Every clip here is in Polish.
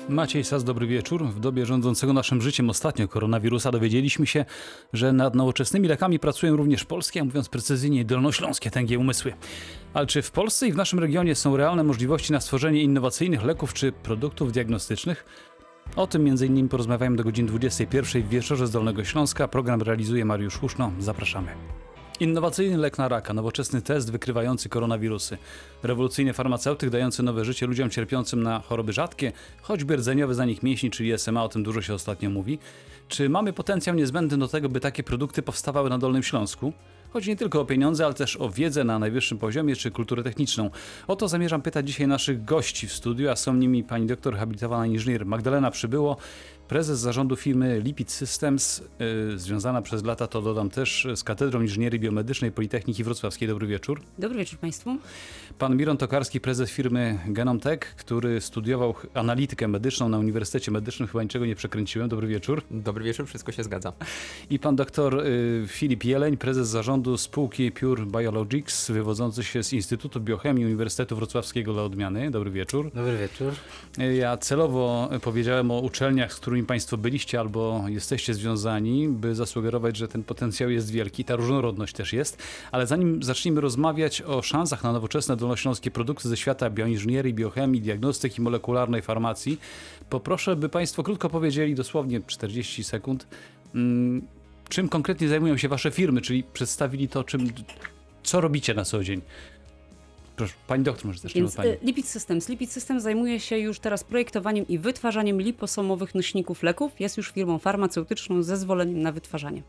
Maciej Sas, dobry wieczór. W dobie rządzącego naszym życiem ostatnio koronawirusa dowiedzieliśmy się, że nad nowoczesnymi lekami pracują również polskie, a mówiąc precyzyjnie dolnośląskie tęgie umysły. Ale czy w Polsce i w naszym regionie są realne możliwości na stworzenie innowacyjnych leków czy produktów diagnostycznych? O tym m.in. porozmawiamy do godziny 21 w Wieczorze z Dolnego Śląska. Program realizuje Mariusz Huszno. Zapraszamy. Innowacyjny lek na raka, nowoczesny test wykrywający koronawirusy, rewolucyjny farmaceutyk dający nowe życie ludziom cierpiącym na choroby rzadkie, choćby rdzeniowy zanik mięśni, czyli SMA, o tym dużo się ostatnio mówi. Czy mamy potencjał niezbędny do tego, by takie produkty powstawały na Dolnym Śląsku? Chodzi nie tylko o pieniądze, ale też o wiedzę na najwyższym poziomie czy kulturę techniczną. O to zamierzam pytać dzisiaj naszych gości w studiu, a są nimi pani doktor habilitowana inżynier Magdalena Przybyło, prezes zarządu firmy Lipid Systems, związana przez lata, to dodam też, z Katedrą Inżynierii Biomedycznej Politechniki Wrocławskiej. Dobry wieczór. Dobry wieczór Państwu. Pan Miron Tokarski, prezes firmy Genomtech, który studiował analitykę medyczną na Uniwersytecie Medycznym, chyba niczego nie przekręciłem. Dobry wieczór. Dobry wieczór, wszystko się zgadza. I pan doktor Filip Jeleń, prezes zarządu spółki Pure Biologics, wywodzący się z Instytutu Biochemii Uniwersytetu Wrocławskiego dla odmiany. Dobry wieczór. Dobry wieczór. Ja celowo powiedziałem o uczelniach, z którymi Państwo byliście albo jesteście związani, by zasugerować, że ten potencjał jest wielki, ta różnorodność też jest. Ale zanim zaczniemy rozmawiać o szansach na nowoczesne dolnośląskie produkty ze świata bioinżynierii, biochemii, diagnostyki molekularnej, farmacji, poproszę, by Państwo krótko powiedzieli, dosłownie 40 sekund, czym konkretnie zajmują się Wasze firmy, czyli przedstawili to, co robicie na co dzień. Proszę, pani doktor, może zaczniemy od pani. Lipid Systems. Lipid Systems zajmuje się już teraz projektowaniem i wytwarzaniem liposomowych nośników leków. Jest już firmą farmaceutyczną z zezwoleniem na wytwarzanie.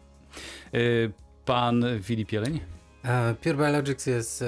Pan Filip Jeleń? Pure Biologics jest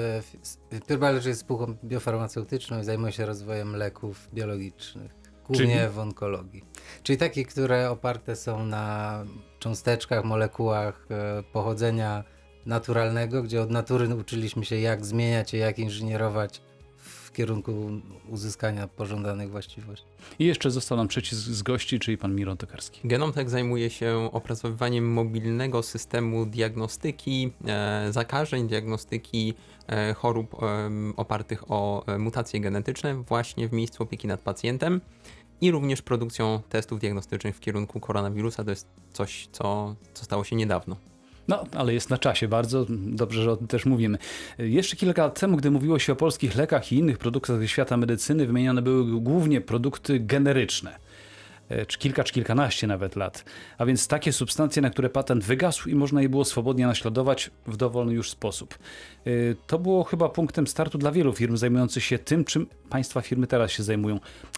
spółką biofarmaceutyczną i zajmuje się rozwojem leków biologicznych, głównie w onkologii. Czyli takich, które oparte są na cząsteczkach, molekułach pochodzenia naturalnego, gdzie od natury uczyliśmy się, jak zmieniać je, jak inżynierować w kierunku uzyskania pożądanych właściwości. I jeszcze został nam trzeci z gości, czyli pan Miron Tokarski. Genomtech zajmuje się opracowywaniem mobilnego systemu diagnostyki zakażeń, diagnostyki chorób opartych o mutacje genetyczne właśnie w miejscu opieki nad pacjentem i również produkcją testów diagnostycznych w kierunku koronawirusa. To jest coś, co stało się niedawno. No, ale jest na czasie bardzo. Dobrze, że o tym też mówimy. Jeszcze kilka lat temu, gdy mówiło się o polskich lekach i innych produktach ze świata medycyny, wymieniane były głównie produkty generyczne. Czy kilkanaście nawet lat. A więc takie substancje, na które patent wygasł i można je było swobodnie naśladować w dowolny już sposób. To było chyba punktem startu dla wielu firm zajmujących się tym, czym państwa firmy teraz się zajmują.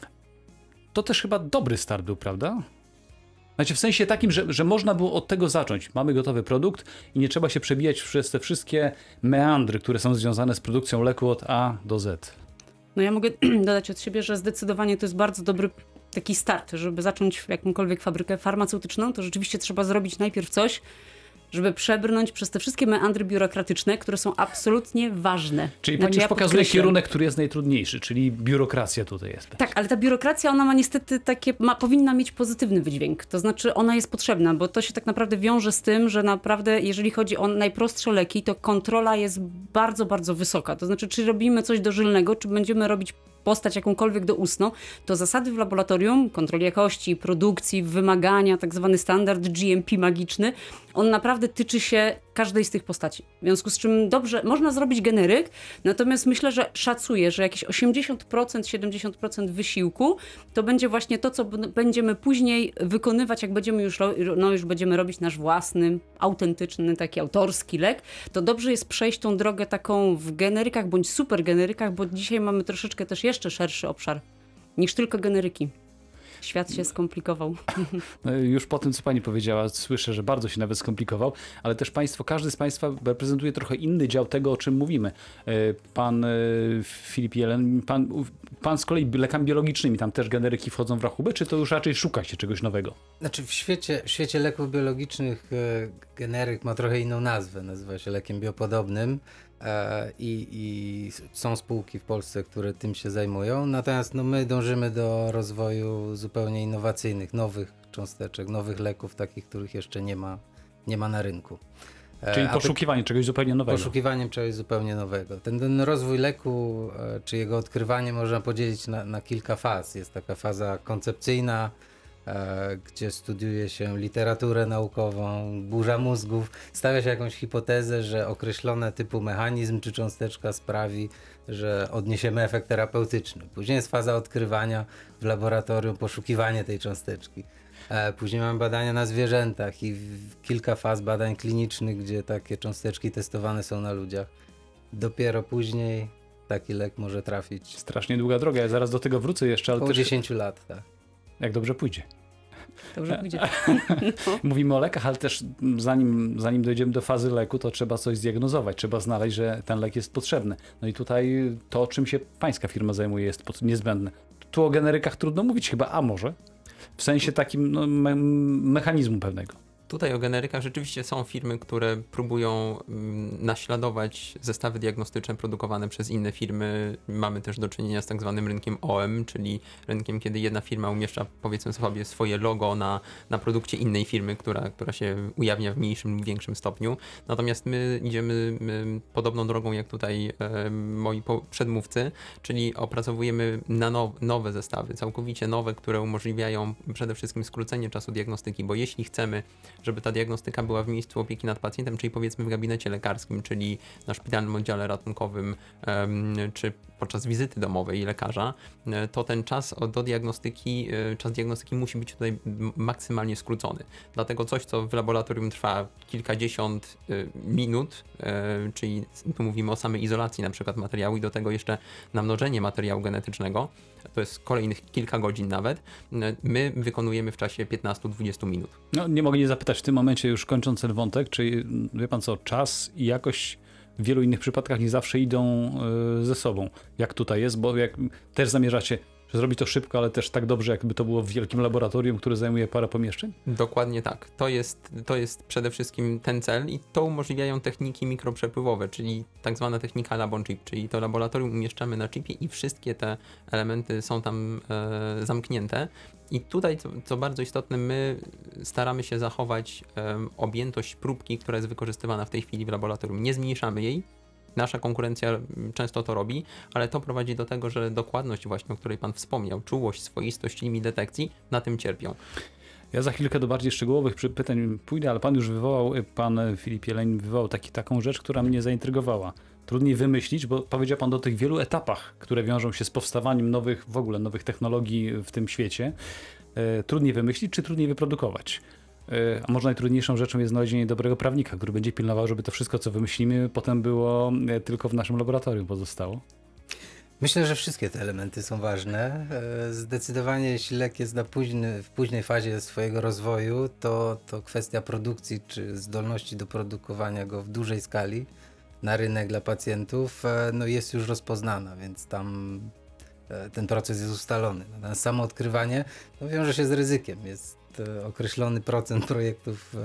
To też chyba dobry start był, prawda? Znaczy w sensie takim, że można było od tego zacząć. Mamy gotowy produkt i nie trzeba się przebijać przez te wszystkie meandry, które są związane z produkcją leku od A do Z. No ja mogę dodać od siebie, że zdecydowanie to jest bardzo dobry taki start, żeby zacząć jakąkolwiek fabrykę farmaceutyczną, to rzeczywiście trzeba zrobić najpierw coś, żeby przebrnąć przez te wszystkie meandry biurokratyczne, które są absolutnie ważne. Czyli pani już pokazuje kierunek, który jest najtrudniejszy, czyli biurokracja tutaj jest. Tak, ale ta biurokracja, ona ma niestety powinna mieć pozytywny wydźwięk. To znaczy ona jest potrzebna, bo to się tak naprawdę wiąże z tym, że naprawdę jeżeli chodzi o najprostsze leki, to kontrola jest bardzo, bardzo wysoka. To znaczy, czy robimy coś dożylnego, czy będziemy robić postać jakąkolwiek doustną, to zasady w laboratorium, kontroli jakości, produkcji, wymagania, tak zwany standard GMP magiczny, on naprawdę tyczy się każdej z tych postaci. W związku z czym dobrze, można zrobić generyk, natomiast myślę, że szacuję, że jakieś 80%, 70% wysiłku to będzie właśnie to, co będziemy później wykonywać, jak będziemy już będziemy robić nasz własny, autentyczny, taki autorski lek, to dobrze jest przejść tą drogę taką w generykach bądź super generykach, bo dzisiaj mamy troszeczkę też jeszcze szerszy obszar niż tylko generyki. Świat się skomplikował. Już po tym, co pani powiedziała, słyszę, że bardzo się nawet skomplikował, ale też każdy z państwa reprezentuje trochę inny dział tego, o czym mówimy. Pan Filip Jeleń, pan z kolei lekami biologicznymi, tam też generyki wchodzą w rachubę, czy to już raczej szuka się czegoś nowego? Znaczy w świecie leków biologicznych generyk ma trochę inną nazwę, nazywa się lekiem biopodobnym. I są spółki w Polsce, które tym się zajmują, natomiast my dążymy do rozwoju zupełnie innowacyjnych, nowych cząsteczek, nowych leków, takich, których jeszcze nie ma na rynku. Czyli poszukiwanie czegoś zupełnie nowego. Poszukiwaniem czegoś zupełnie nowego. Ten rozwój leku, czy jego odkrywanie można podzielić na kilka faz. Jest taka faza koncepcyjna, gdzie studiuje się literaturę naukową, burza mózgów, stawia się jakąś hipotezę, że określone typu mechanizm czy cząsteczka sprawi, że odniesiemy efekt terapeutyczny. Później jest faza odkrywania w laboratorium, poszukiwanie tej cząsteczki. Później mamy badania na zwierzętach i kilka faz badań klinicznych, gdzie takie cząsteczki testowane są na ludziach. Dopiero później taki lek może trafić. Strasznie długa droga, ja zaraz do tego wrócę jeszcze, ale Około też 10 lat, tak. jak dobrze pójdzie. Dobrze pójdzie. Mówimy o lekach, ale też zanim dojdziemy do fazy leku, to trzeba coś zdiagnozować, trzeba znaleźć, że ten lek jest potrzebny. No i tutaj to, czym się pańska firma zajmuje, jest niezbędne. Tu o generykach trudno mówić chyba, a może? W sensie takim mechanizmu pewnego. Tutaj o generykach rzeczywiście są firmy, które próbują naśladować zestawy diagnostyczne produkowane przez inne firmy. Mamy też do czynienia z tak zwanym rynkiem OEM, czyli rynkiem, kiedy jedna firma umieszcza, powiedzmy sobie, swoje logo na produkcie innej firmy, która się ujawnia w mniejszym lub większym stopniu. Natomiast my idziemy podobną drogą jak tutaj moi przedmówcy, czyli opracowujemy nowe zestawy, całkowicie nowe, które umożliwiają przede wszystkim skrócenie czasu diagnostyki, bo jeśli chcemy, żeby ta diagnostyka była w miejscu opieki nad pacjentem, czyli powiedzmy w gabinecie lekarskim, czyli na szpitalnym oddziale ratunkowym, czy podczas wizyty domowej lekarza, to ten czas do diagnostyki, czas diagnostyki musi być tutaj maksymalnie skrócony. Dlatego coś, co w laboratorium trwa kilkadziesiąt minut, czyli tu mówimy o samej izolacji na przykład materiału i do tego jeszcze namnożenie materiału genetycznego, to jest kolejnych kilka godzin nawet, my wykonujemy w czasie 15-20 minut. No, nie mogę nie zapytać w tym momencie, już kończąc ten wątek, czy wie pan co, czas i jakość w wielu innych przypadkach nie zawsze idą ze sobą. Jak tutaj jest, bo jak też zamierzacie zrobić to szybko, ale też tak dobrze, jakby to było w wielkim laboratorium, które zajmuje parę pomieszczeń? Dokładnie tak. To jest przede wszystkim ten cel i to umożliwiają techniki mikroprzepływowe, czyli tak zwana technika lab on chip, czyli to laboratorium umieszczamy na chipie i wszystkie te elementy są tam zamknięte. I tutaj, co bardzo istotne, my staramy się zachować objętość próbki, która jest wykorzystywana w tej chwili w laboratorium. Nie zmniejszamy jej. Nasza konkurencja często to robi, ale to prowadzi do tego, że dokładność właśnie, o której pan wspomniał, czułość, swoistość linii detekcji, na tym cierpią. Ja za chwilkę do bardziej szczegółowych pytań pójdę, ale pan Filip Jeleń wywołał taką rzecz, która mnie zaintrygowała. Trudniej wymyślić, bo powiedział pan o tych wielu etapach, które wiążą się z powstawaniem nowych technologii w tym świecie. Trudniej wymyślić, czy trudniej wyprodukować? A może najtrudniejszą rzeczą jest znalezienie dobrego prawnika, który będzie pilnował, żeby to wszystko, co wymyślimy, potem było tylko w naszym laboratorium pozostało? Myślę, że wszystkie te elementy są ważne. Zdecydowanie, jeśli lek jest w późnej fazie swojego rozwoju, to kwestia produkcji czy zdolności do produkowania go w dużej skali na rynek dla pacjentów jest już rozpoznana, więc tam ten proces jest ustalony. Natomiast samo odkrywanie wiąże się z ryzykiem. Jest określony procent projektów,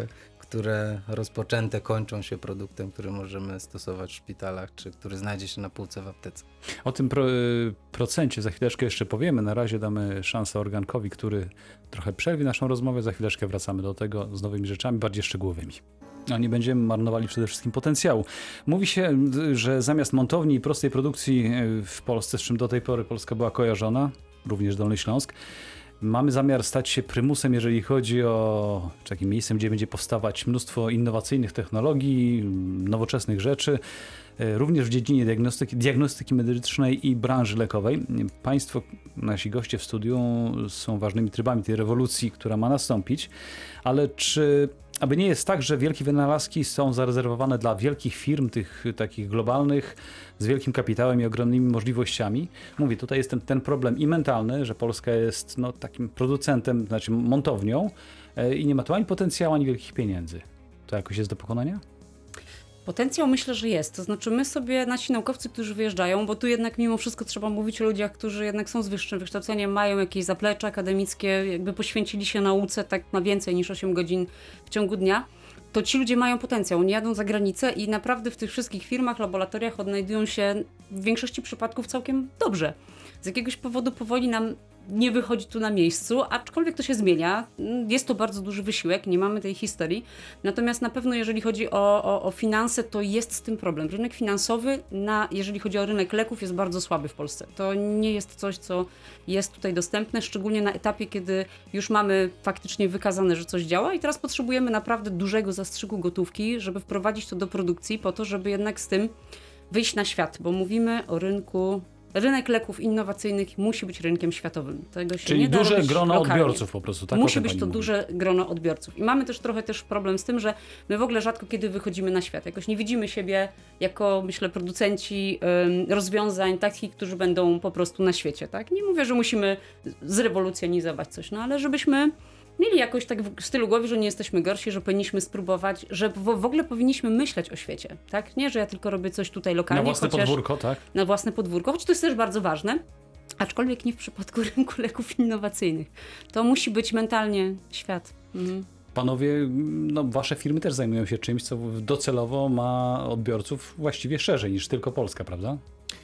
które rozpoczęte kończą się produktem, który możemy stosować w szpitalach, czy który znajdzie się na półce w aptece. O tym procencie za chwileczkę jeszcze powiemy. Na razie damy szansę organkowi, który trochę przerwie naszą rozmowę. Za chwileczkę wracamy do tego z nowymi rzeczami, bardziej szczegółowymi. No nie będziemy marnowali przede wszystkim potencjału. Mówi się, że zamiast montowni i prostej produkcji w Polsce, z czym do tej pory Polska była kojarzona, również Dolny Śląsk, mamy zamiar stać się prymusem, jeżeli chodzi o takim miejscem, gdzie będzie powstawać mnóstwo innowacyjnych technologii, nowoczesnych rzeczy, również w dziedzinie diagnostyki medycznej i branży lekowej. Państwo, nasi goście w studiu są ważnymi trybami tej rewolucji, która ma nastąpić, ale aby nie jest tak, że wielkie wynalazki są zarezerwowane dla wielkich firm, tych takich globalnych, z wielkim kapitałem i ogromnymi możliwościami. Mówię, tutaj jest ten problem i mentalny, że Polska jest takim producentem, znaczy montownią i nie ma tu ani potencjału, ani wielkich pieniędzy. To jakoś jest do pokonania? Potencjał myślę, że jest. To znaczy nasi naukowcy, którzy wyjeżdżają, bo tu jednak mimo wszystko trzeba mówić o ludziach, którzy jednak są z wyższym wykształceniem, mają jakieś zaplecze akademickie, jakby poświęcili się nauce tak na więcej niż 8 godzin w ciągu dnia, to ci ludzie mają potencjał. Oni jadą za granicę i naprawdę w tych wszystkich firmach, laboratoriach odnajdują się w większości przypadków całkiem dobrze. Z jakiegoś powodu powoli nam nie wychodzi tu na miejscu, aczkolwiek to się zmienia. Jest to bardzo duży wysiłek, nie mamy tej historii. Natomiast na pewno jeżeli chodzi o finanse, to jest z tym problem. Rynek finansowy, jeżeli chodzi o rynek leków, jest bardzo słaby w Polsce. To nie jest coś, co jest tutaj dostępne, szczególnie na etapie, kiedy już mamy faktycznie wykazane, że coś działa i teraz potrzebujemy naprawdę dużego zastrzyku gotówki, żeby wprowadzić to do produkcji po to, żeby jednak z tym wyjść na świat, bo mówimy o rynku. Rynek leków innowacyjnych musi być rynkiem światowym. Tego się Czyli nie da duże robić grono lokalnie. odbiorców po prostu. Tak, Musi o tym być pani to mówi. duże grono odbiorców. I mamy też trochę problem z tym, że my w ogóle rzadko kiedy wychodzimy na świat. Jakoś nie widzimy siebie jako, myślę, producenci rozwiązań takich, którzy będą po prostu na świecie. Tak? Nie mówię, że musimy zrewolucjonizować coś, no ale żebyśmy mieli jakoś tak w stylu głowy, że nie jesteśmy gorsi, że powinniśmy spróbować, że w ogóle powinniśmy myśleć o świecie. Tak? Nie, że ja tylko robię coś tutaj lokalnie. Na własne podwórko, tak? Na własne podwórko, choć to jest też bardzo ważne. Aczkolwiek nie w przypadku rynku leków innowacyjnych. To musi być mentalnie świat. Panowie, no wasze firmy też zajmują się czymś, co docelowo ma odbiorców właściwie szerzej niż tylko Polska, prawda?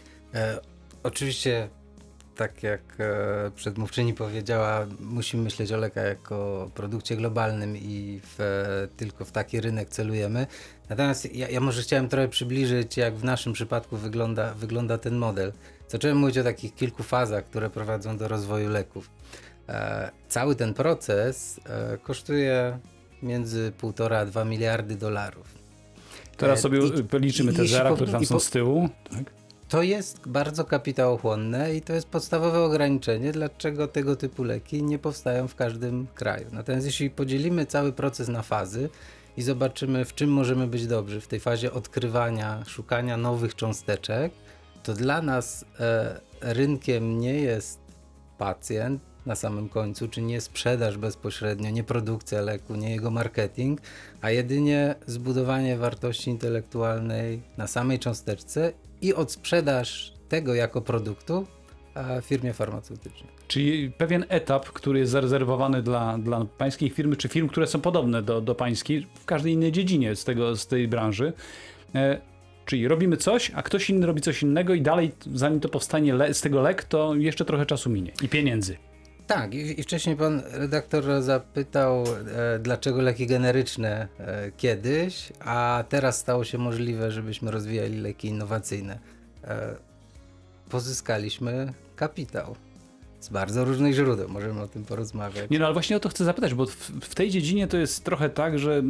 Oczywiście, tak jak przedmówczyni powiedziała, musimy myśleć o lekach jako produkcie globalnym i tylko w taki rynek celujemy. Natomiast ja może chciałem trochę przybliżyć, jak w naszym przypadku wygląda ten model. Zacząłem mówić o takich kilku fazach, które prowadzą do rozwoju leków. Cały ten proces kosztuje między 1,5 a 2 miliardy dolarów. Teraz sobie liczymy te zera, które tam są z tyłu. Tak? To jest bardzo kapitałochłonne i to jest podstawowe ograniczenie, dlaczego tego typu leki nie powstają w każdym kraju. Natomiast jeśli podzielimy cały proces na fazy i zobaczymy, w czym możemy być dobrzy, w tej fazie odkrywania, szukania nowych cząsteczek, to dla nas rynkiem nie jest pacjent na samym końcu, czy nie sprzedaż bezpośrednio, nie produkcja leku, nie jego marketing, a jedynie zbudowanie wartości intelektualnej na samej cząsteczce i odsprzedaż tego jako produktu firmie farmaceutycznej. Czyli pewien etap, który jest zarezerwowany dla pańskiej firmy, czy firm, które są podobne do pańskiej, w każdej innej dziedzinie z tej branży. Czyli robimy coś, a ktoś inny robi coś innego i dalej, zanim to powstanie z tego lek, to jeszcze trochę czasu minie i pieniędzy. Tak, i wcześniej pan redaktor zapytał, dlaczego leki generyczne kiedyś, a teraz stało się możliwe, żebyśmy rozwijali leki innowacyjne. Pozyskaliśmy kapitał z bardzo różnych źródeł, możemy o tym porozmawiać. Nie, no ale właśnie o to chcę zapytać, bo w tej dziedzinie to jest trochę tak, że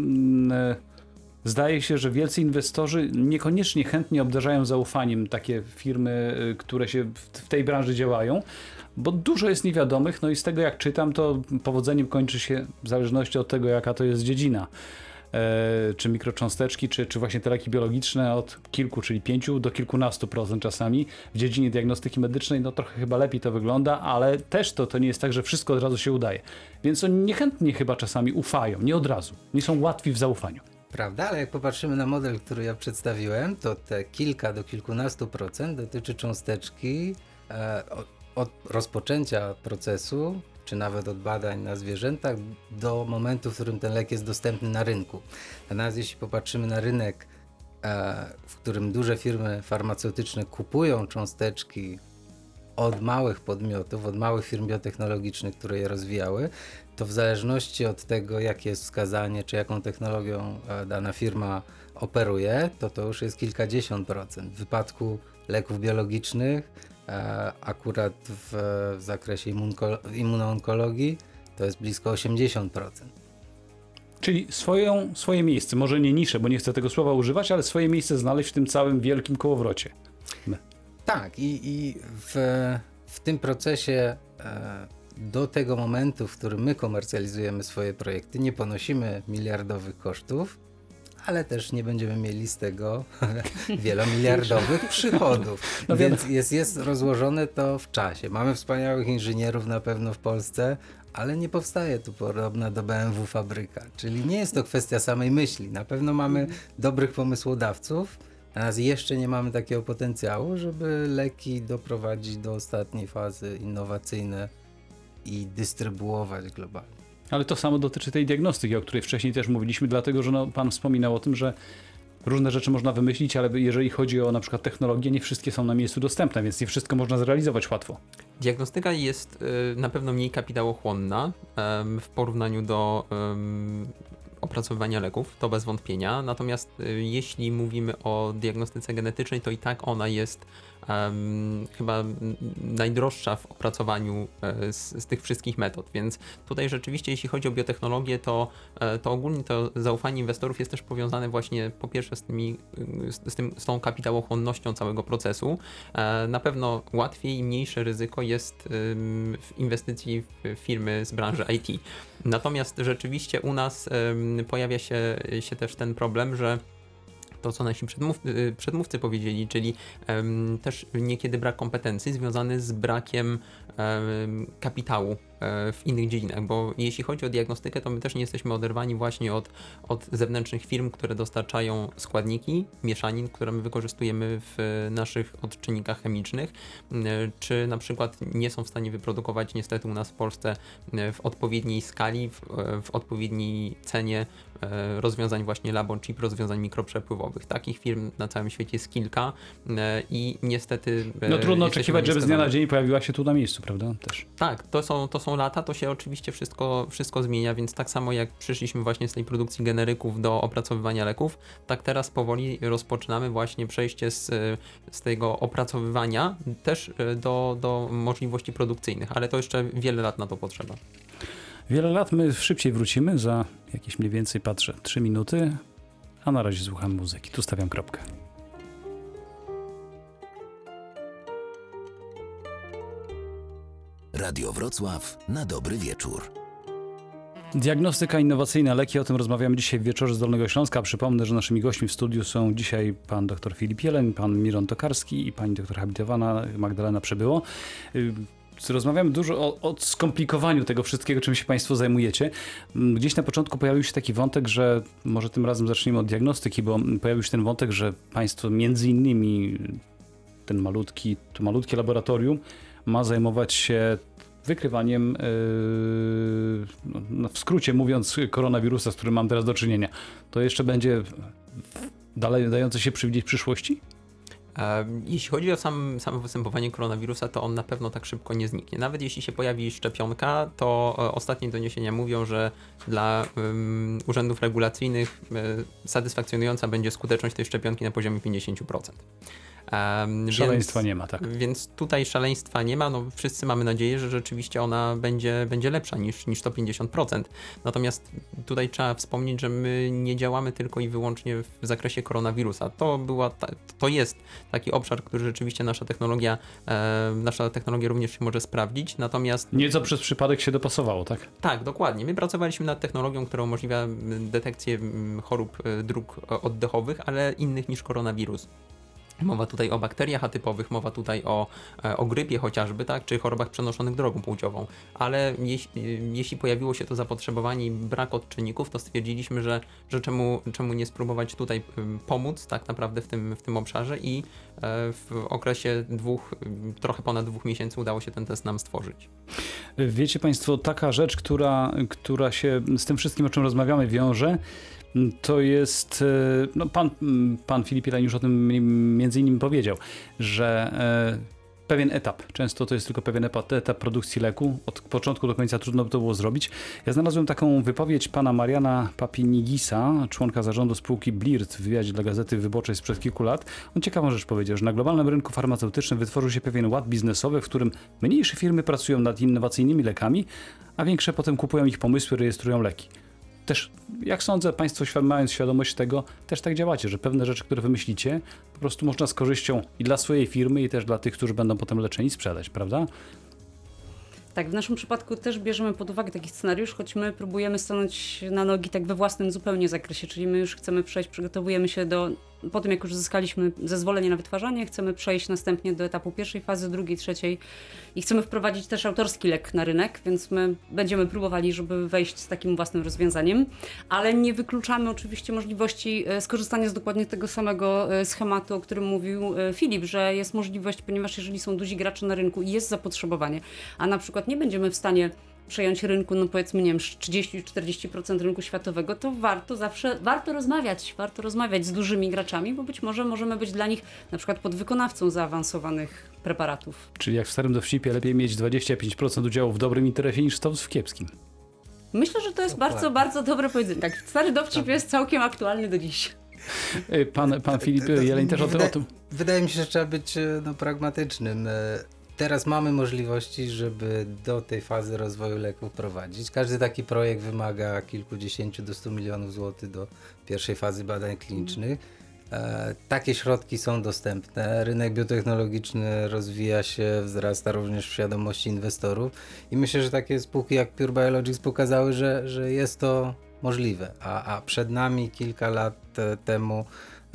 zdaje się, że wielcy inwestorzy niekoniecznie chętnie obdarzają zaufaniem takie firmy, które się w tej branży działają, bo dużo jest niewiadomych, no i z tego jak czytam, to powodzeniem kończy się w zależności od tego, jaka to jest dziedzina. Czy mikrocząsteczki, czy właśnie te leki biologiczne od kilku, czyli 5 do kilkunastu procent czasami. W dziedzinie diagnostyki medycznej no trochę chyba lepiej to wygląda, ale też to nie jest tak, że wszystko od razu się udaje. Więc oni niechętnie chyba czasami ufają, nie od razu, nie są łatwi w zaufaniu. Prawda, ale jak popatrzymy na model, który ja przedstawiłem, to te kilka do kilkunastu procent dotyczy cząsteczki od rozpoczęcia procesu, czy nawet od badań na zwierzętach do momentu, w którym ten lek jest dostępny na rynku. Natomiast jeśli popatrzymy na rynek, w którym duże firmy farmaceutyczne kupują cząsteczki od małych podmiotów, od małych firm biotechnologicznych, które je rozwijały, to w zależności od tego, jakie jest wskazanie, czy jaką technologią dana firma operuje, to już jest kilkadziesiąt procent. W wypadku leków biologicznych, akurat w zakresie immunoonkologii, to jest blisko 80%. Czyli swoje miejsce, może nie niszę, bo nie chcę tego słowa używać, ale swoje miejsce znaleźć w tym całym wielkim kołowrocie. Tak, i w tym procesie do tego momentu, w którym my komercjalizujemy swoje projekty, nie ponosimy miliardowych kosztów, ale też nie będziemy mieli z tego wielomiliardowych przychodów. No więc jest rozłożone to w czasie. Mamy wspaniałych inżynierów na pewno w Polsce, ale nie powstaje tu podobna do BMW fabryka. Czyli nie jest to kwestia samej myśli. Na pewno mamy dobrych pomysłodawców, natomiast jeszcze nie mamy takiego potencjału, żeby leki doprowadzić do ostatniej fazy innowacyjnej i dystrybuować globalnie. Ale to samo dotyczy tej diagnostyki, o której wcześniej też mówiliśmy, dlatego że pan wspominał o tym, że różne rzeczy można wymyślić, ale jeżeli chodzi o na przykład technologię, nie wszystkie są na miejscu dostępne, więc nie wszystko można zrealizować łatwo. Diagnostyka jest na pewno mniej kapitałochłonna w porównaniu do opracowywania leków, to bez wątpienia. Natomiast jeśli mówimy o diagnostyce genetycznej, to i tak ona jest chyba najdroższa w opracowaniu z tych wszystkich metod, więc tutaj rzeczywiście jeśli chodzi o biotechnologię, to ogólnie to zaufanie inwestorów jest też powiązane właśnie po pierwsze z tą kapitałochłonnością całego procesu. Na pewno łatwiej i mniejsze ryzyko jest w inwestycji w firmy z branży IT. Natomiast rzeczywiście u nas pojawia się też ten problem, że to, co nasi przedmówcy powiedzieli, czyli też niekiedy brak kompetencji związany z brakiem kapitału w innych dziedzinach, bo jeśli chodzi o diagnostykę, to my też nie jesteśmy oderwani właśnie od zewnętrznych firm, które dostarczają składniki, mieszanin, które my wykorzystujemy w naszych odczynnikach chemicznych, czy na przykład nie są w stanie wyprodukować niestety u nas w Polsce w odpowiedniej skali, w odpowiedniej cenie rozwiązań właśnie LaboChip, rozwiązań mikroprzepływowych. Takich firm na całym świecie jest kilka i niestety... No trudno oczekiwać, żeby z dnia na dzień pojawiła się tu na miejscu, prawda? Też. Tak, to są lata, to się oczywiście wszystko zmienia, więc tak samo jak przyszliśmy właśnie z tej produkcji generyków do opracowywania leków, tak teraz powoli rozpoczynamy właśnie przejście z tego opracowywania też do możliwości produkcyjnych, ale to jeszcze wiele lat na to potrzeba. Wiele lat, my szybciej wrócimy, za jakieś mniej więcej, patrzę, 3 minuty, a na razie słucham muzyki. Tu stawiam kropkę. Radio Wrocław na dobry wieczór. Diagnostyka, innowacyjne leki, o tym rozmawiamy dzisiaj w Wieczorze z Dolnego Śląska. Przypomnę, że naszymi gośćmi w studiu są dzisiaj pan dr Filip Jeleń, pan Miron Tokarski i pani doktor habilitowana Magdalena Przybyło. Rozmawiamy dużo o skomplikowaniu tego wszystkiego, czym się państwo zajmujecie. Gdzieś na początku pojawił się taki wątek, że może tym razem zaczniemy od diagnostyki, bo pojawił się ten wątek, że państwo między innymi to malutkie laboratorium ma zajmować się wykrywaniem, w skrócie mówiąc, koronawirusa, z którym mam teraz do czynienia. To jeszcze będzie dalej dające się przewidzieć w przyszłości? Jeśli chodzi o samo występowanie koronawirusa, to on na pewno tak szybko nie zniknie. Nawet jeśli się pojawi szczepionka, to ostatnie doniesienia mówią, że dla urzędów regulacyjnych satysfakcjonująca będzie skuteczność tej szczepionki na poziomie 50%. Szaleństwa nie ma, tak. Więc tutaj szaleństwa nie ma. No, wszyscy mamy nadzieję, że rzeczywiście ona będzie lepsza niż to 50%. Natomiast tutaj trzeba wspomnieć, że my nie działamy tylko i wyłącznie w zakresie koronawirusa. To jest taki obszar, który rzeczywiście nasza technologia również się może sprawdzić. Natomiast nieco przez przypadek się dopasowało, tak? Tak, dokładnie. My pracowaliśmy nad technologią, która umożliwia detekcję chorób dróg oddechowych, ale innych niż koronawirus. Mowa tutaj o bakteriach atypowych, mowa tutaj o grypie chociażby, tak, czy chorobach przenoszonych drogą płciową. Ale jeśli pojawiło się to zapotrzebowanie i brak odczynników, to stwierdziliśmy, że czemu nie spróbować tutaj pomóc tak naprawdę w tym obszarze i w okresie trochę ponad 2 miesięcy udało się ten test nam stworzyć. Wiecie państwo, taka rzecz, która się z tym wszystkim, o czym rozmawiamy, wiąże, to jest, no pan Filip Jeleń już o tym między innymi powiedział, że pewien etap, często to jest tylko pewien etap produkcji leku, od początku do końca trudno by to było zrobić. Ja znalazłem taką wypowiedź pana Mariana Papinigisa, członka zarządu spółki Blirt w wywiadzie dla Gazety Wyborczej sprzed kilku lat. On ciekawą rzecz powiedział, że na globalnym rynku farmaceutycznym wytworzył się pewien ład biznesowy, w którym mniejsze firmy pracują nad innowacyjnymi lekami, a większe potem kupują ich pomysły, rejestrują leki. Też, jak sądzę, państwo mając świadomość tego, też tak działacie, że pewne rzeczy, które wymyślicie, po prostu można z korzyścią i dla swojej firmy, i też dla tych, którzy będą potem leczeni, sprzedać, prawda? Tak, w naszym przypadku też bierzemy pod uwagę taki scenariusz, choć my próbujemy stanąć na nogi tak we własnym zupełnie zakresie, czyli my już chcemy przejść, przygotowujemy się po tym jak już uzyskaliśmy zezwolenie na wytwarzanie, chcemy przejść następnie do etapu pierwszej fazy, drugiej, trzeciej i chcemy wprowadzić też autorski lek na rynek, więc my będziemy próbowali, żeby wejść z takim własnym rozwiązaniem, ale nie wykluczamy oczywiście możliwości skorzystania z dokładnie tego samego schematu, o którym mówił Filip, że jest możliwość, ponieważ jeżeli są duzi gracze na rynku i jest zapotrzebowanie, a na przykład nie będziemy w stanie przejąć rynku, no powiedzmy, nie wiem, 30-40% rynku światowego, to warto rozmawiać z dużymi graczami, bo być może możemy być dla nich na przykład podwykonawcą zaawansowanych preparatów. Czyli jak w starym dowcipie, lepiej mieć 25% udziału w dobrym interesie niż 100 w kiepskim. Myślę, że to jest bardzo, bardzo dobre powiedzenie. Tak, stary dowcip jest całkiem aktualny do dziś. Pan Filip Jeleń też o tym. Wydaje mi się, że trzeba być pragmatycznym. Teraz mamy możliwości, żeby do tej fazy rozwoju leków prowadzić. Każdy taki projekt wymaga kilkudziesięciu do 100 milionów złotych do pierwszej fazy badań klinicznych. Takie środki są dostępne. Rynek biotechnologiczny rozwija się, wzrasta również w świadomości inwestorów i myślę, że takie spółki jak Pure Biologics pokazały, że jest to możliwe. A przed nami kilka lat temu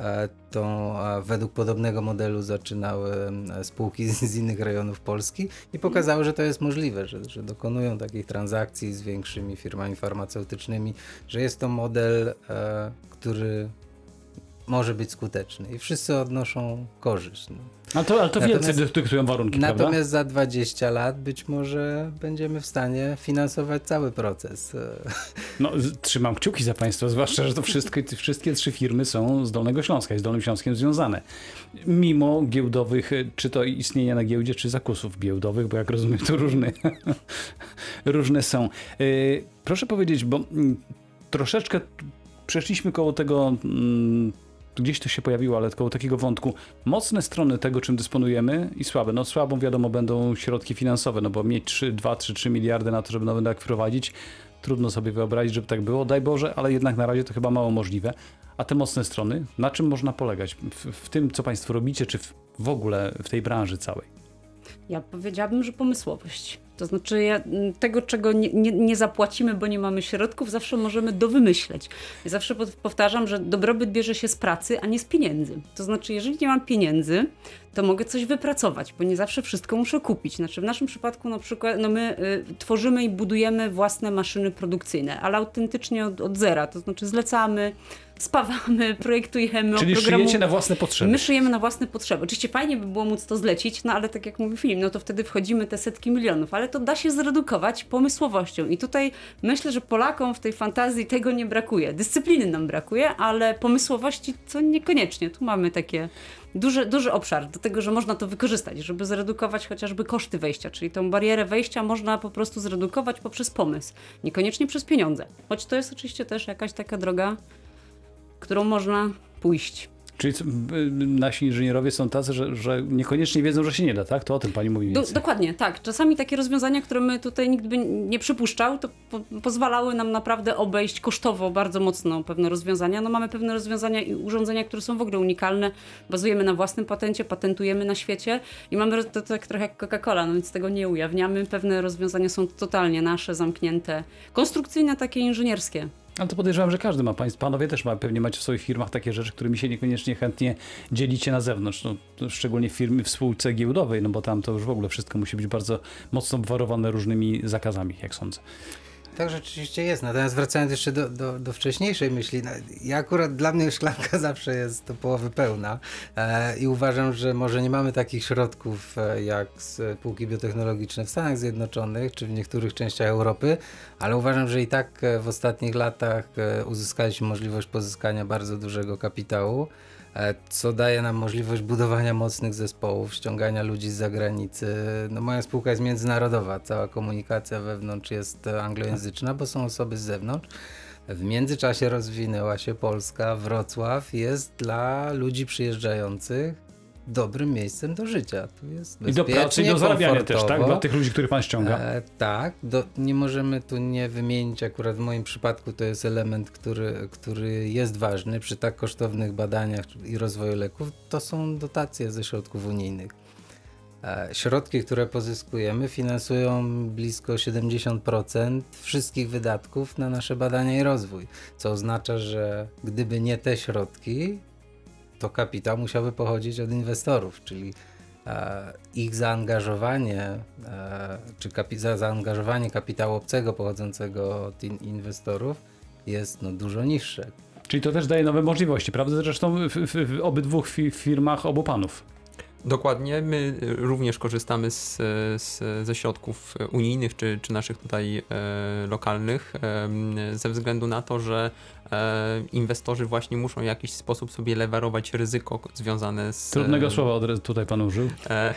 według podobnego modelu zaczynały spółki z innych rejonów Polski i pokazały, że to jest możliwe, że dokonują takich transakcji z większymi firmami farmaceutycznymi, że jest to model, który może być skuteczny i wszyscy odnoszą korzyść. No. Ale to wielcy dyktują warunki, prawda? Natomiast za 20 lat być może będziemy w stanie finansować cały proces. No, trzymam kciuki za państwa, zwłaszcza, że to wszystkie 3 firmy są z Dolnego Śląska i z Dolnym Śląskiem związane. Mimo giełdowych, czy to istnienia na giełdzie, czy zakusów giełdowych, bo jak rozumiem, to różne są. Proszę powiedzieć, bo troszeczkę przeszliśmy koło tego, gdzieś to się pojawiło, ale koło takiego wątku. Mocne strony tego, czym dysponujemy i słabe. No słabą wiadomo będą środki finansowe, no bo mieć 3 miliardy na to, żeby nowy leek wprowadzić, trudno sobie wyobrazić, żeby tak było, daj Boże, ale jednak na razie to chyba mało możliwe. A te mocne strony, na czym można polegać? W tym, co państwo robicie, czy w ogóle w tej branży całej? Ja powiedziałabym, że pomysłowość. To znaczy tego, czego nie zapłacimy, bo nie mamy środków, zawsze możemy dowymyśleć. Ja zawsze powtarzam, że dobrobyt bierze się z pracy, a nie z pieniędzy. To znaczy, jeżeli nie mam pieniędzy, to mogę coś wypracować, bo nie zawsze wszystko muszę kupić. Znaczy w naszym przypadku na przykład my tworzymy i budujemy własne maszyny produkcyjne, ale autentycznie od zera. To znaczy zlecamy, spawamy, projektujemy. Czyli szyjecie na własne potrzeby. My szyjemy na własne potrzeby. Oczywiście fajnie by było móc to zlecić, no ale tak jak mówi Filip, no to wtedy wchodzimy te setki milionów, ale to da się zredukować pomysłowością. I tutaj myślę, że Polakom w tej fantazji tego nie brakuje. Dyscypliny nam brakuje, ale pomysłowości to niekoniecznie. Tu mamy takie duży obszar do tego, że można to wykorzystać, żeby zredukować chociażby koszty wejścia, czyli tą barierę wejścia można po prostu zredukować poprzez pomysł, niekoniecznie przez pieniądze. Choć to jest oczywiście też jakaś taka droga, którą można pójść. Czyli nasi inżynierowie są tacy, że niekoniecznie wiedzą, że się nie da, tak? To o tym pani mówi więcej. Dokładnie, tak. Czasami takie rozwiązania, które my tutaj nikt by nie przypuszczał, to pozwalały nam naprawdę obejść kosztowo bardzo mocno pewne rozwiązania. No mamy pewne rozwiązania i urządzenia, które są w ogóle unikalne. Bazujemy na własnym patencie, patentujemy na świecie i mamy to tak trochę jak Coca-Cola, no więc tego nie ujawniamy. Pewne rozwiązania są totalnie nasze, zamknięte, konstrukcyjne, takie inżynierskie. Ale to podejrzewam, że każdy ma. Panowie też pewnie macie w swoich firmach takie rzeczy, którymi się niekoniecznie chętnie dzielicie na zewnątrz. No, szczególnie w spółce giełdowej, no bo tam to już w ogóle wszystko musi być bardzo mocno obwarowane różnymi zakazami, jak sądzę. Tak rzeczywiście jest. Natomiast wracając jeszcze do wcześniejszej myśli, ja akurat dla mnie szklanka zawsze jest do połowy pełna i uważam, że może nie mamy takich środków jak spółki biotechnologiczne w Stanach Zjednoczonych czy w niektórych częściach Europy, ale uważam, że i tak w ostatnich latach uzyskaliśmy możliwość pozyskania bardzo dużego kapitału, co daje nam możliwość budowania mocnych zespołów, ściągania ludzi z zagranicy. No, moja spółka jest międzynarodowa, cała komunikacja wewnątrz jest anglojęzyczna, bo są osoby z zewnątrz. W międzyczasie rozwinęła się Polska, Wrocław jest dla ludzi przyjeżdżających dobrym miejscem do życia. Tu jest bezpiecznie, i do pracy, i do zarabiania też, tak? Dla tych ludzi, których pan ściąga. Tak, nie możemy tu nie wymienić, akurat w moim przypadku to jest element, który jest ważny przy tak kosztownych badaniach i rozwoju leków, to są dotacje ze środków unijnych. Środki, które pozyskujemy, finansują blisko 70% wszystkich wydatków na nasze badania i rozwój, co oznacza, że gdyby nie te środki, to kapitał musiałby pochodzić od inwestorów, czyli ich zaangażowanie, czy zaangażowanie kapitału obcego pochodzącego od inwestorów jest dużo niższe. Czyli to też daje nowe możliwości, prawda? Zresztą w obydwu firmach obu panów. Dokładnie. My również korzystamy ze środków unijnych czy naszych tutaj lokalnych ze względu na to, że inwestorzy właśnie muszą w jakiś sposób sobie lewarować ryzyko związane z... Trudnego słowa tutaj pan użył.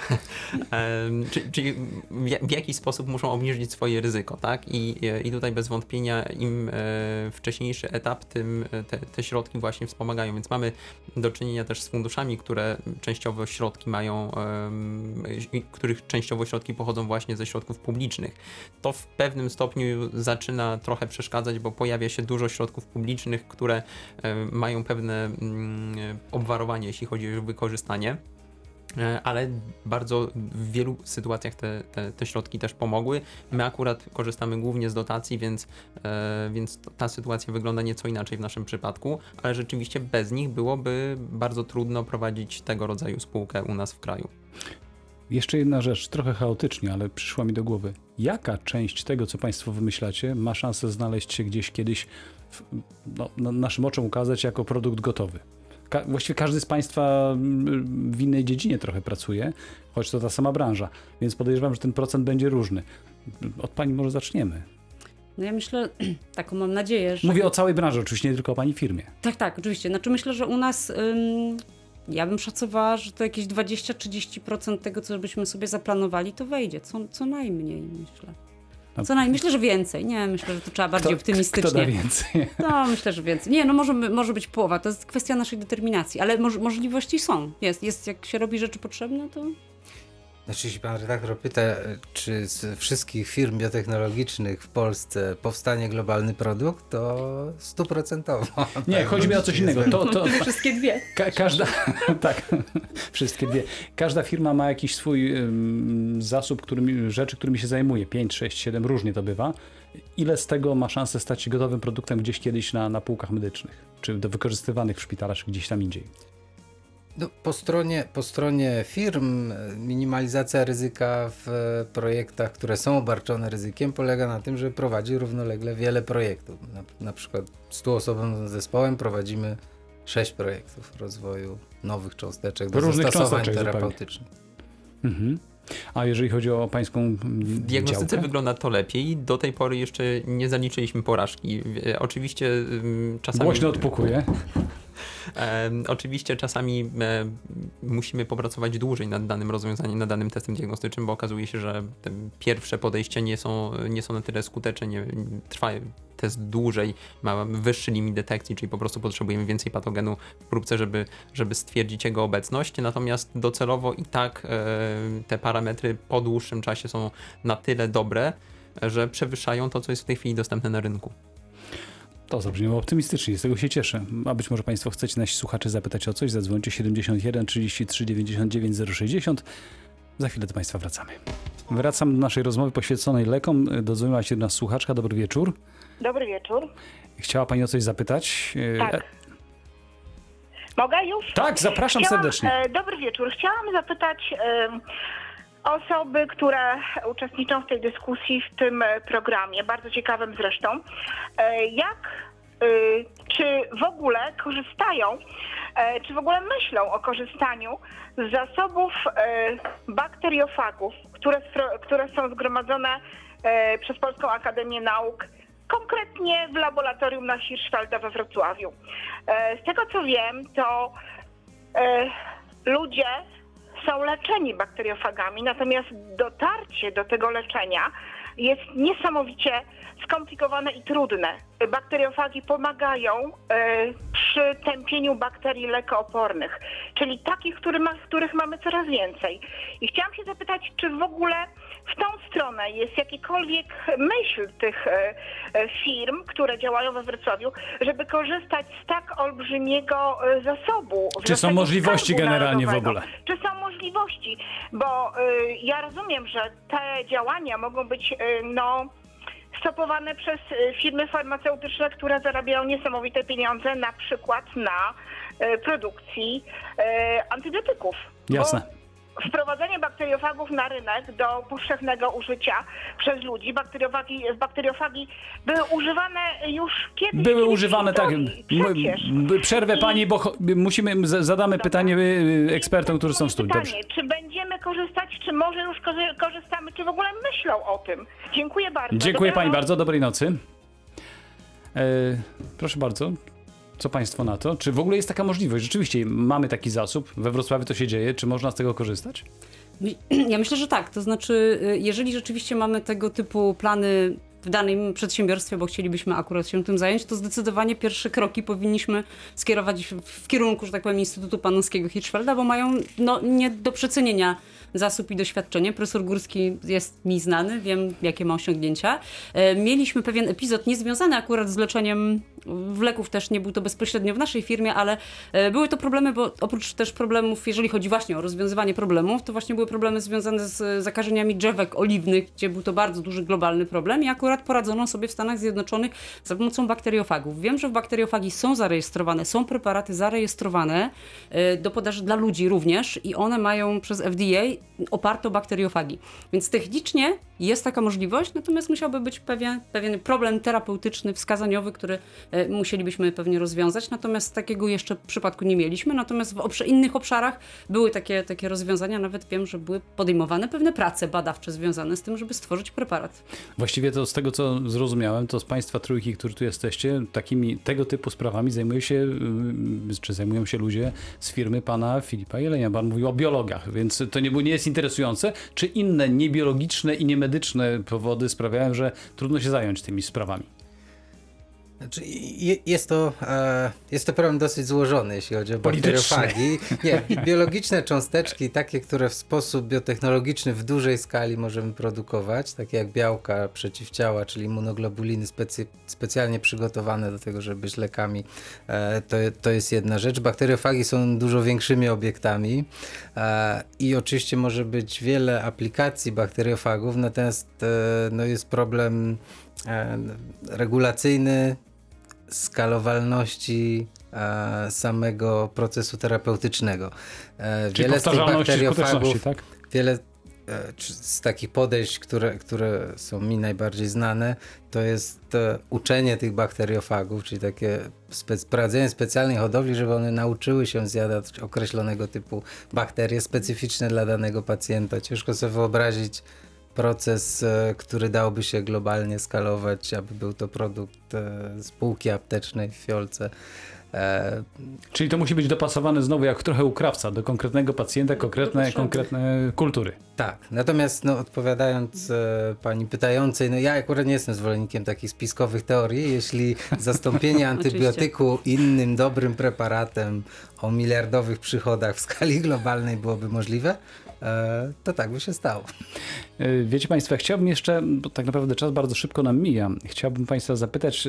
Czyli w jakiś sposób muszą obniżyć swoje ryzyko, tak? I tutaj bez wątpienia im wcześniejszy etap, tym te środki właśnie wspomagają, więc mamy do czynienia też z funduszami, które częściowo środki mają, których częściowo środki pochodzą właśnie ze środków publicznych. To w pewnym stopniu zaczyna trochę przeszkadzać, bo pojawia się dużo środków publicznych, które mają pewne obwarowanie, jeśli chodzi o ich wykorzystanie. Ale bardzo w wielu sytuacjach te środki też pomogły. My akurat korzystamy głównie z dotacji, więc ta sytuacja wygląda nieco inaczej w naszym przypadku, ale rzeczywiście bez nich byłoby bardzo trudno prowadzić tego rodzaju spółkę u nas w kraju. Jeszcze jedna rzecz, trochę chaotycznie, ale przyszła mi do głowy. Jaka część tego, co państwo wymyślacie, ma szansę znaleźć się gdzieś kiedyś, naszym oczom ukazać jako produkt gotowy? Właściwie każdy z państwa w innej dziedzinie trochę pracuje, choć to ta sama branża, więc podejrzewam, że ten procent będzie różny. Od pani może zaczniemy. No ja myślę, taką mam nadzieję, że... Mówię o całej branży, oczywiście nie tylko o pani firmie. Tak, oczywiście. Znaczy myślę, że u nas... Ja bym szacowała, że to jakieś 20-30% tego, co byśmy sobie zaplanowali, to wejdzie. Co najmniej, myślę. Myślę, że więcej. Nie, myślę, że to trzeba bardziej optymistycznie. Kto da więcej? No, myślę, że więcej. Nie, no może być połowa. To jest kwestia naszej determinacji, ale możliwości są. Jest, jak się robi rzeczy potrzebne, to... Znaczy, jeśli pan redaktor pyta, czy z wszystkich firm biotechnologicznych w Polsce powstanie globalny produkt, to 100%. Nie, tak, chodzi mi o coś innego. Wszystkie dwie. Każda, tak, wszystkie dwie. Każda firma ma jakiś swój zasób rzeczy, którymi się zajmuje. 5, 6, 7, różnie to bywa. Ile z tego ma szansę stać się gotowym produktem gdzieś kiedyś na półkach medycznych? Czy do wykorzystywanych w szpitalach, czy gdzieś tam indziej? No, po stronie firm minimalizacja ryzyka w projektach, które są obarczone ryzykiem, polega na tym, że prowadzi równolegle wiele projektów. Na przykład 100-osobowym zespołem prowadzimy 6 projektów rozwoju nowych cząsteczek do zastosowań terapeutycznych. Mhm. A jeżeli chodzi o pańską w diagnostyce działkę? Wygląda to lepiej. Do tej pory jeszcze nie zaliczyliśmy porażki. Oczywiście czasami... Głośno odpukuje. Oczywiście czasami musimy popracować dłużej nad danym rozwiązaniem, nad danym testem diagnostycznym, bo okazuje się, że te pierwsze podejścia nie są na tyle skuteczne, trwa test dłużej, ma wyższy limit detekcji, czyli po prostu potrzebujemy więcej patogenu w próbce, żeby stwierdzić jego obecność, natomiast docelowo i tak te parametry po dłuższym czasie są na tyle dobre, że przewyższają to, co jest w tej chwili dostępne na rynku. To zabrzmiało optymistycznie, z tego się cieszę. A być może państwo chcecie nasi słuchacze zapytać o coś, zadzwońcie 71 33 99 060. Za chwilę do państwa wracamy. Wracam do naszej rozmowy poświęconej lekom. Dodzwoniła się do nas słuchaczka. Dobry wieczór. Dobry wieczór. Chciała pani o coś zapytać? Tak. Mogę już? Tak, zapraszam serdecznie. Dobry wieczór. Chciałam zapytać osoby, które uczestniczą w tej dyskusji, w tym programie, bardzo ciekawym zresztą, czy w ogóle korzystają, czy w ogóle myślą o korzystaniu z zasobów bakteriofagów, które są zgromadzone przez Polską Akademię Nauk, konkretnie w laboratorium na Hirschfelda we Wrocławiu. Z tego co wiem, to ludzie są leczeni bakteriofagami, natomiast dotarcie do tego leczenia jest niesamowicie skomplikowane i trudne. Bakteriofagi pomagają przy tępieniu bakterii lekoopornych, czyli takich, których mamy coraz więcej. I chciałam się zapytać, czy w ogóle w tą stronę jest jakikolwiek myśl tych firm, które działają we Wrocławiu, żeby korzystać z tak olbrzymiego zasobu. Czy są możliwości generalnie w ogóle? Czy są możliwości? Bo ja rozumiem, że te działania mogą być stopowane przez firmy farmaceutyczne, które zarabiają niesamowite pieniądze, na przykład na produkcji antybiotyków. Jasne. wprowadzenie bakteriofagów na rynek do powszechnego użycia przez ludzi. Bakteriofagi były używane już kiedyś. Były kiedyś w używane, tak. historii, przecież. Przerwę pani, bo zadamy pytanie ekspertom, którzy są w studiu. Dobrze. Pytanie, czy będziemy korzystać, czy może już korzystamy, czy w ogóle myślą o tym? Dziękuję bardzo. Dziękuję pani Dobranoc. bardzo, dobrej nocy. Proszę bardzo, co państwo na to? Czy w ogóle jest taka możliwość? Rzeczywiście mamy taki zasób, we Wrocławiu to się dzieje, czy można z tego korzystać? Ja myślę, że tak. To znaczy, jeżeli rzeczywiście mamy tego typu plany w danym przedsiębiorstwie, bo chcielibyśmy akurat się tym zająć, to zdecydowanie pierwsze kroki powinniśmy skierować w kierunku, że tak powiem, Instytutu Panowskiego Hirschfelda, bo mają nie do przecenienia zasób i doświadczenie. Profesor Górski jest mi znany, wiem, jakie ma osiągnięcia. Mieliśmy pewien epizod niezwiązany akurat z leczeniem leków, też nie był to bezpośrednio w naszej firmie, ale były to problemy, bo oprócz też problemów, jeżeli chodzi właśnie o rozwiązywanie problemów, to właśnie były problemy związane z zakażeniami drzewek oliwnych, gdzie był to bardzo duży globalny problem i akurat poradzono sobie w Stanach Zjednoczonych za pomocą bakteriofagów. Wiem, że w bakteriofagi są zarejestrowane, są preparaty zarejestrowane do podaży dla ludzi również i one mają przez FDA oparte o bakteriofagi. Więc technicznie jest taka możliwość, natomiast musiałby być pewien problem terapeutyczny, wskazaniowy, który musielibyśmy pewnie rozwiązać, natomiast takiego jeszcze przypadku nie mieliśmy, natomiast w innych obszarach były takie rozwiązania, nawet wiem, że były podejmowane pewne prace badawcze związane z tym, żeby stworzyć preparat. Właściwie to z tego, co zrozumiałem, to z państwa trójki, którzy tu jesteście, tego typu sprawami zajmują się ludzie z firmy pana Filipa Jelenia. Pan mówił o biologach, więc to nie jest interesujące. Czy inne niebiologiczne i niemedyczne powody sprawiają, że trudno się zająć tymi sprawami? Znaczy, jest to problem dosyć złożony, jeśli chodzi o bakteriofagi. Nie, biologiczne cząsteczki, takie, które w sposób biotechnologiczny w dużej skali możemy produkować, takie jak białka, przeciwciała, czyli immunoglobuliny specjalnie przygotowane do tego, żeby być lekami, to jest jedna rzecz. Bakteriofagi są dużo większymi obiektami i oczywiście może być wiele aplikacji bakteriofagów, natomiast jest problem regulacyjny, skalowalności samego procesu terapeutycznego. Czyli Wiele z tych bakteriofagów, tak? wiele z takich podejść, które są mi najbardziej znane, to jest uczenie tych bakteriofagów, czyli takie prowadzenie specjalnej hodowli, żeby one nauczyły się zjadać określonego typu bakterie specyficzne dla danego pacjenta. Ciężko sobie wyobrazić proces, który dałoby się globalnie skalować, aby był to produkt z półki aptecznej w fiolce. Czyli to musi być dopasowane znowu jak trochę u krawca, do konkretnego pacjenta, konkretne kultury. Tak, natomiast odpowiadając pani pytającej, ja akurat nie jestem zwolennikiem takich spiskowych teorii. Jeśli zastąpienie antybiotyku innym dobrym preparatem o miliardowych przychodach w skali globalnej byłoby możliwe, to tak by się stało. Wiecie państwo, chciałbym jeszcze, bo tak naprawdę czas bardzo szybko nam mija, chciałbym państwa zapytać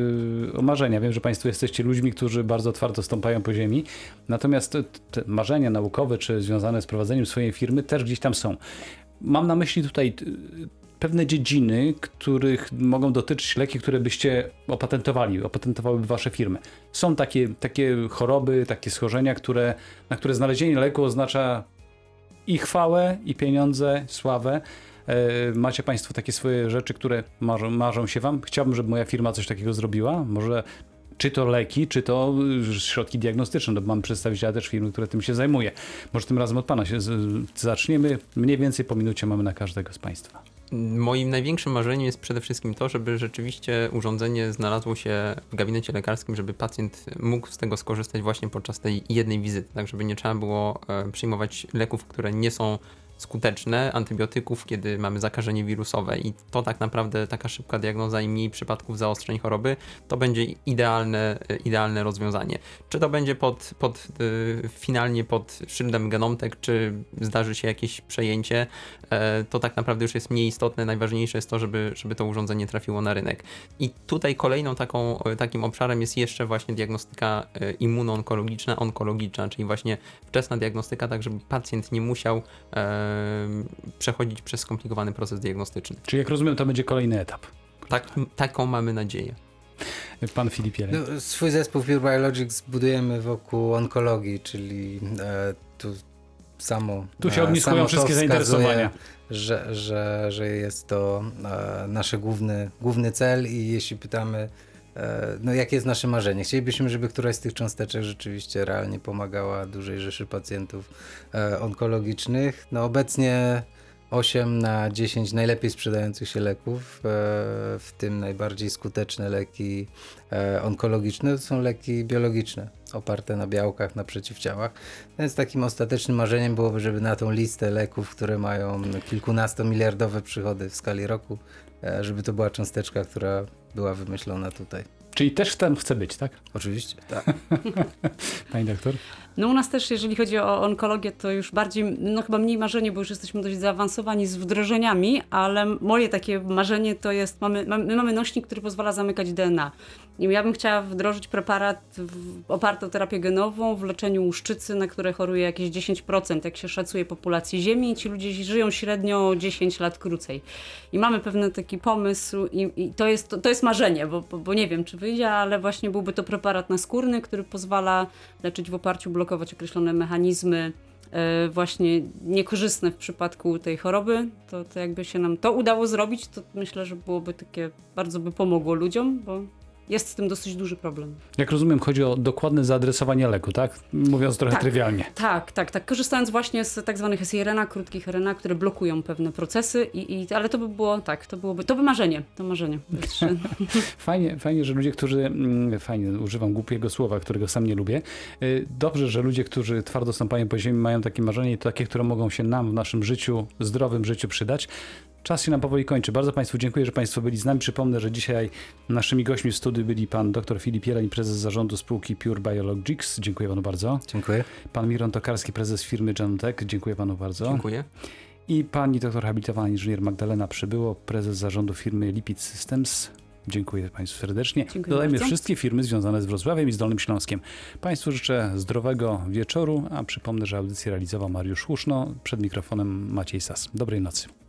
o marzenia. Wiem, że państwo jesteście ludźmi, którzy bardzo twardo stąpają po ziemi, natomiast te marzenia naukowe czy związane z prowadzeniem swojej firmy też gdzieś tam są. Mam na myśli tutaj pewne dziedziny, których mogą dotyczyć leki, które byście opatentowałyby wasze firmy. Są takie choroby, takie schorzenia, na które znalezienie leku oznacza i chwałę, i pieniądze, sławę. Macie państwo takie swoje rzeczy, które marzą się wam? Chciałbym, żeby moja firma coś takiego zrobiła. Może czy to leki, czy to środki diagnostyczne. No, mam przedstawiciela też firmy, które tym się zajmuje. Może tym razem od pana się zaczniemy. Mniej więcej po minucie mamy na każdego z państwa. Moim największym marzeniem jest przede wszystkim to, żeby rzeczywiście urządzenie znalazło się w gabinecie lekarskim, żeby pacjent mógł z tego skorzystać właśnie podczas tej jednej wizyty, tak żeby nie trzeba było przyjmować leków, które nie są skuteczne, antybiotyków, kiedy mamy zakażenie wirusowe i to tak naprawdę taka szybka diagnoza i mniej przypadków zaostrzeń choroby, to będzie idealne rozwiązanie. Czy to będzie finalnie pod szyldem Genomtek, czy zdarzy się jakieś przejęcie, to tak naprawdę już jest mniej istotne. Najważniejsze jest to, żeby to urządzenie trafiło na rynek. I tutaj kolejną takim obszarem jest jeszcze właśnie diagnostyka immunoonkologiczna, onkologiczna, czyli właśnie wczesna diagnostyka, tak żeby pacjent nie musiał przechodzić przez skomplikowany proces diagnostyczny. Czyli jak rozumiem, to będzie kolejny etap. Taką mamy nadzieję. Pan Filip Jeleń. Swój zespół Pure Biologics budujemy wokół onkologii, czyli tu Tu się ogniskują samo to wszystkie wskazuje, zainteresowania. że jest to nasz główny cel i jeśli pytamy, no jakie jest nasze marzenie? Chcielibyśmy, żeby któraś z tych cząsteczek rzeczywiście realnie pomagała dużej rzeszy pacjentów onkologicznych. No obecnie 8 na 10 najlepiej sprzedających się leków, w tym najbardziej skuteczne leki onkologiczne, to są leki biologiczne, oparte na białkach, na przeciwciałach. Więc takim ostatecznym marzeniem byłoby, żeby na tą listę leków, które mają kilkunastomiliardowe przychody w skali roku, żeby to była cząsteczka, która była wymyślona tutaj. Czyli też tam chce być, tak? Oczywiście. Tak. Pani doktor? No u nas też, jeżeli chodzi o onkologię, to już bardziej, no chyba mniej marzenie, bo już jesteśmy dość zaawansowani z wdrożeniami, ale moje takie marzenie to jest, my mamy nośnik, który pozwala zamykać DNA. I ja bym chciała wdrożyć preparat oparty o terapię genową w leczeniu łuszczycy, na które choruje jakieś 10%, jak się szacuje populacji Ziemi, i ci ludzie żyją średnio 10 lat krócej. I mamy pewien taki pomysł i to jest marzenie, bo nie wiem, czy wyjdzie, ale właśnie byłby to preparat naskórny, który pozwala leczyć w oparciu, blokować określone mechanizmy właśnie niekorzystne w przypadku tej choroby. To jakby się nam to udało zrobić, to myślę, że byłoby takie, bardzo by pomogło ludziom, bo jest z tym dosyć duży problem. Jak rozumiem, chodzi o dokładne zaadresowanie leku, tak? Mówiąc trochę trywialnie. Tak. Korzystając właśnie z tak zwanych siRNA, krótkich RNA, które blokują pewne procesy, ale to by było, to by marzenie. Fajnie, że ludzie, którzy, używam głupiego słowa, którego sam nie lubię, dobrze, że ludzie, którzy twardo stąpają po ziemi, mają takie marzenie, to takie, które mogą się nam w naszym życiu, zdrowym życiu przydać. Czas się nam powoli kończy. Bardzo Państwu dziękuję, że Państwo byli z nami. Przypomnę, że dzisiaj naszymi gośćmi w studiu byli pan dr Filip Jeleń, prezes zarządu spółki Pure Biologics. Dziękuję panu bardzo. Dziękuję. Pan Miron Tokarski, prezes firmy Genotech. Dziękuję panu bardzo. Dziękuję. I pani doktor habilitowana inżynier Magdalena Przybyło, prezes zarządu firmy Lipid Systems. Dziękuję Państwu serdecznie. Dziękuję Dodajmy bardzo. wszystkie firmy związane z Wrocławiem i z Dolnym Śląskiem. Państwu życzę zdrowego wieczoru, a przypomnę, że audycję realizował Mariusz Łuszno. Przed mikrofonem Maciej Sas. Dobrej nocy.